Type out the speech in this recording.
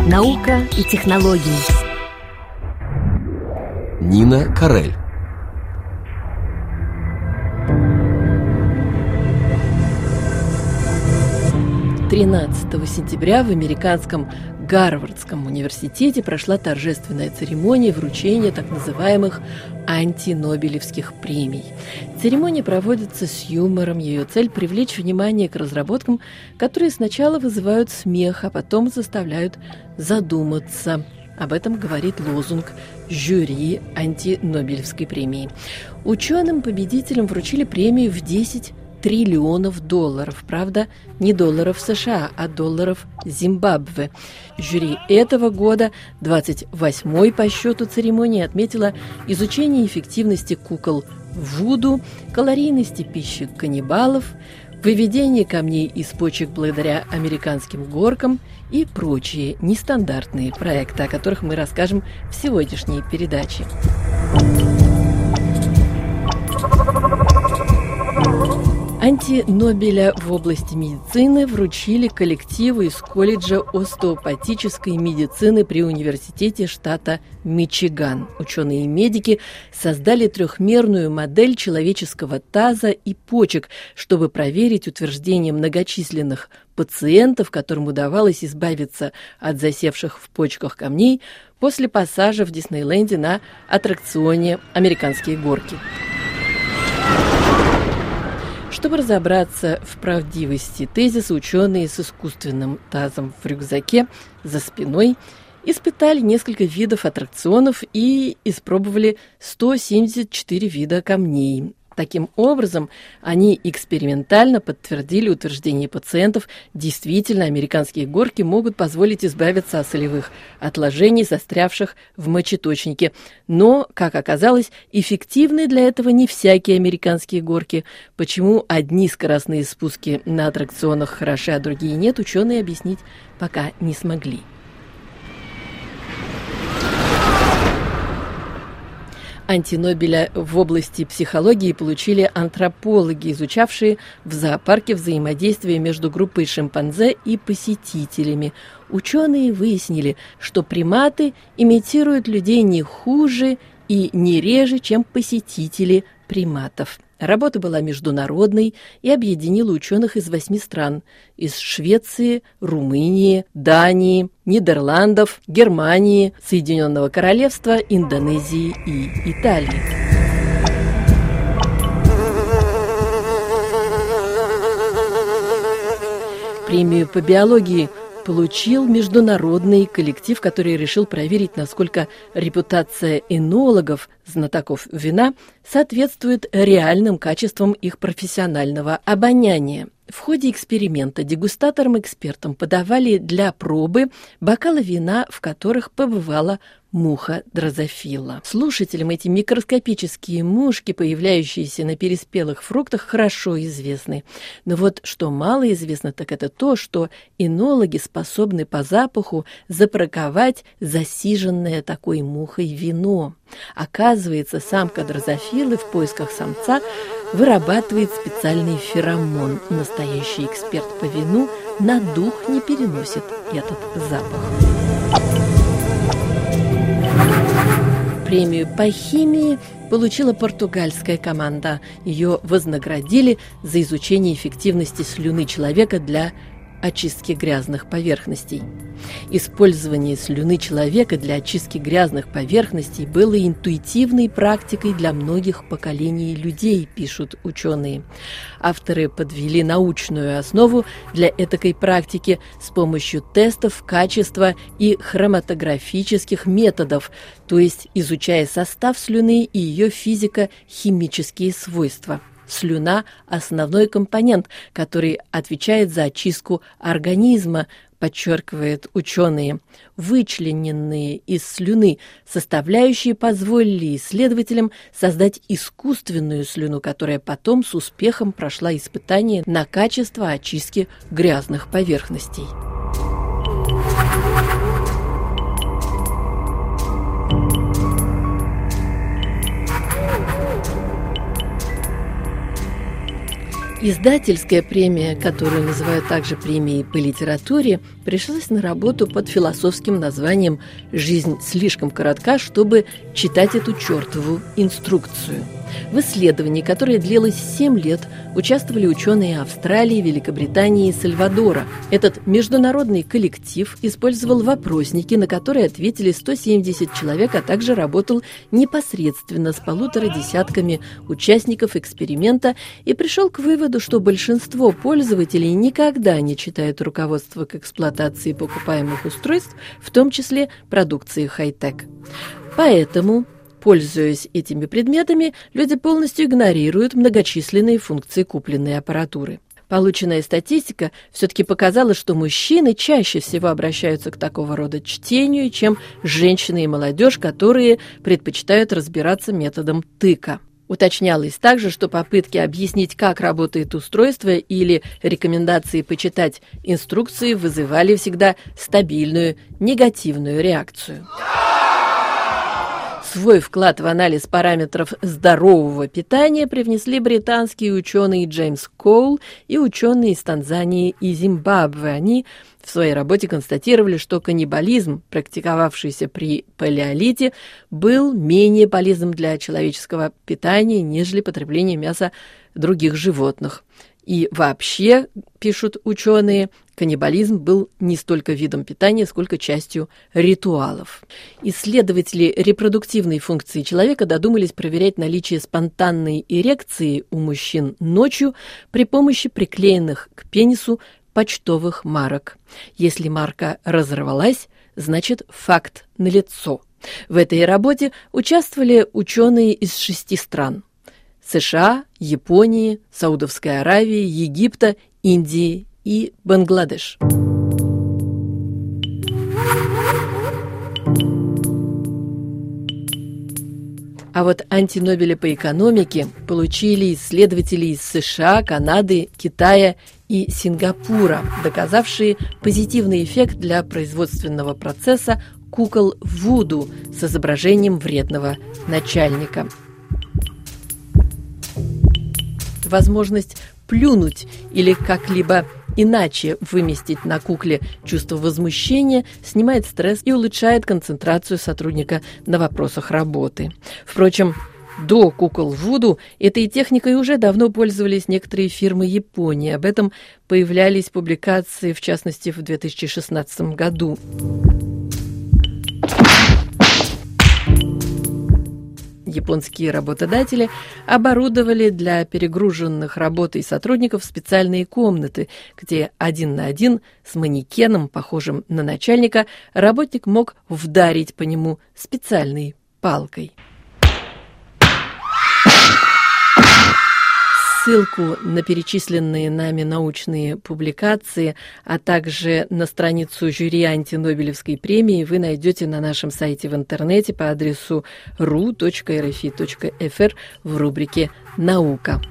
Наука и технологии. Нина Карель. «13 сентября в американском Гарвардском университете прошла торжественная церемония вручения так называемых антинобелевских премий. Церемония проводится с юмором. Ее цель – привлечь внимание к разработкам, которые сначала вызывают смех, а потом заставляют задуматься. Об этом говорит лозунг жюри антинобелевской премии. Ученым-победителям вручили премию в 10 триллионов долларов. Правда, не долларов США, а долларов Зимбабве. Жюри этого года, 28-й по счету церемонии, отметила изучение эффективности кукол вуду, калорийности пищи каннибалов, выведение камней из почек благодаря американским горкам и прочие нестандартные проекты, о которых мы расскажем в сегодняшней передаче. Антинобеля в области медицины вручили коллективу из колледжа остеопатической медицины при университете штата Мичиган. Ученые и медики создали трехмерную модель человеческого таза и почек, чтобы проверить утверждения многочисленных пациентов, которым удавалось избавиться от засевших в почках камней после пассажа в Диснейленде на аттракционе «Американские горки». Чтобы разобраться в правдивости тезиса, ученые с искусственным тазом в рюкзаке за спиной испытали несколько видов аттракционов и испробовали 174 вида камней. Таким образом, они экспериментально подтвердили утверждение пациентов, действительно, американские горки могут позволить избавиться от солевых отложений, застрявших в мочеточнике. Но, как оказалось, эффективны для этого не всякие американские горки. Почему одни скоростные спуски на аттракционах хороши, а другие нет, ученые объяснить пока не смогли. Антинобеля в области психологии получили антропологи, изучавшие в зоопарке взаимодействие между группой шимпанзе и посетителями. Ученые выяснили, что приматы имитируют людей не хуже и не реже, чем посетители приматов. Работа была международной и объединила ученых из 8 стран – из Швеции, Румынии, Дании, Нидерландов, Германии, Соединенного Королевства, Индонезии и Италии. Премию по биологии получил международный коллектив, который решил проверить, насколько репутация энологов, знатоков вина, соответствует реальным качествам их профессионального обоняния. В ходе эксперимента дегустаторам-экспертам подавали для пробы бокалы вина, в которых побывала муха дрозофила. Слушателям эти микроскопические мушки, появляющиеся на переспелых фруктах, хорошо известны. Но вот что мало известно, так это то, что энологи способны по запаху запаковать засиженное такой мухой вино. Оказывается, самка дрозофилы в поисках самца вырабатывает специальный феромон. Настоящий эксперт по вину на дух не переносит этот запах. Премию по химии получила португальская команда. Ее вознаградили за изучение эффективности слюны человека для очистки грязных поверхностей. Использование слюны человека для очистки грязных поверхностей было интуитивной практикой для многих поколений людей, пишут ученые. Авторы подвели научную основу для этакой практики с помощью тестов качества и хроматографических методов, то есть изучая состав слюны и ее физико-химические свойства. Слюна – основной компонент, который отвечает за очистку организма, подчеркивают ученые. Вычлененные из слюны составляющие позволили исследователям создать искусственную слюну, которая потом с успехом прошла испытания на качество очистки грязных поверхностей. Издательская премия, которую называют также премией по литературе, пришлась на работу под философским названием «Жизнь слишком коротка, чтобы читать эту чертову инструкцию». В исследовании, которое длилось 7 лет, участвовали ученые Австралии, Великобритании и Сальвадора. Этот международный коллектив использовал вопросники, на которые ответили 170 человек, а также работал непосредственно с 1,5 десятками участников эксперимента и пришел к выводу, что большинство пользователей никогда не читают руководство к эксплуатации покупаемых устройств, в том числе продукции хай-тек. Поэтому, пользуясь этими предметами, люди полностью игнорируют многочисленные функции купленной аппаратуры. Полученная статистика все-таки показала, что мужчины чаще всего обращаются к такого рода чтению, чем женщины и молодежь, которые предпочитают разбираться методом тыка. Уточнялось также, что попытки объяснить, как работает устройство, или рекомендации почитать инструкции вызывали всегда стабильную негативную реакцию. Свой вклад в анализ параметров здорового питания привнесли британские ученые Джеймс Коул и ученые из Танзании и Зимбабве. Они в своей работе констатировали, что каннибализм, практиковавшийся при палеолите, был менее полезным для человеческого питания, нежели потребление мяса других животных. И вообще, пишут ученые, каннибализм был не столько видом питания, сколько частью ритуалов. Исследователи репродуктивной функции человека додумались проверять наличие спонтанной эрекции у мужчин ночью при помощи приклеенных к пенису почтовых марок. Если марка разорвалась, значит факт налицо. В этой работе участвовали ученые из 6 стран: США, Японии, Саудовской Аравии, Египта, Индии и Бангладеш. А вот антинобеля по экономике получили исследователи из США, Канады, Китая и Сингапура, доказавшие позитивный эффект для производственного процесса кукол Вуду с изображением вредного начальника. Возможность плюнуть или как-либо иначе выместить на кукле чувство возмущения снимает стресс и улучшает концентрацию сотрудника на вопросах работы. Впрочем, до кукол Вуду этой техникой уже давно пользовались некоторые фирмы Японии. Об этом появлялись публикации, в частности, в 2016 году. Японские работодатели оборудовали для перегруженных работой сотрудников специальные комнаты, где 1 на 1 с манекеном, похожим на начальника, работник мог вдарить по нему специальной палкой. Ссылку на перечисленные нами научные публикации, а также на страницу жюри антинобелевской премии вы найдете на нашем сайте в интернете по адресу ru.rfi.fr в рубрике «Наука».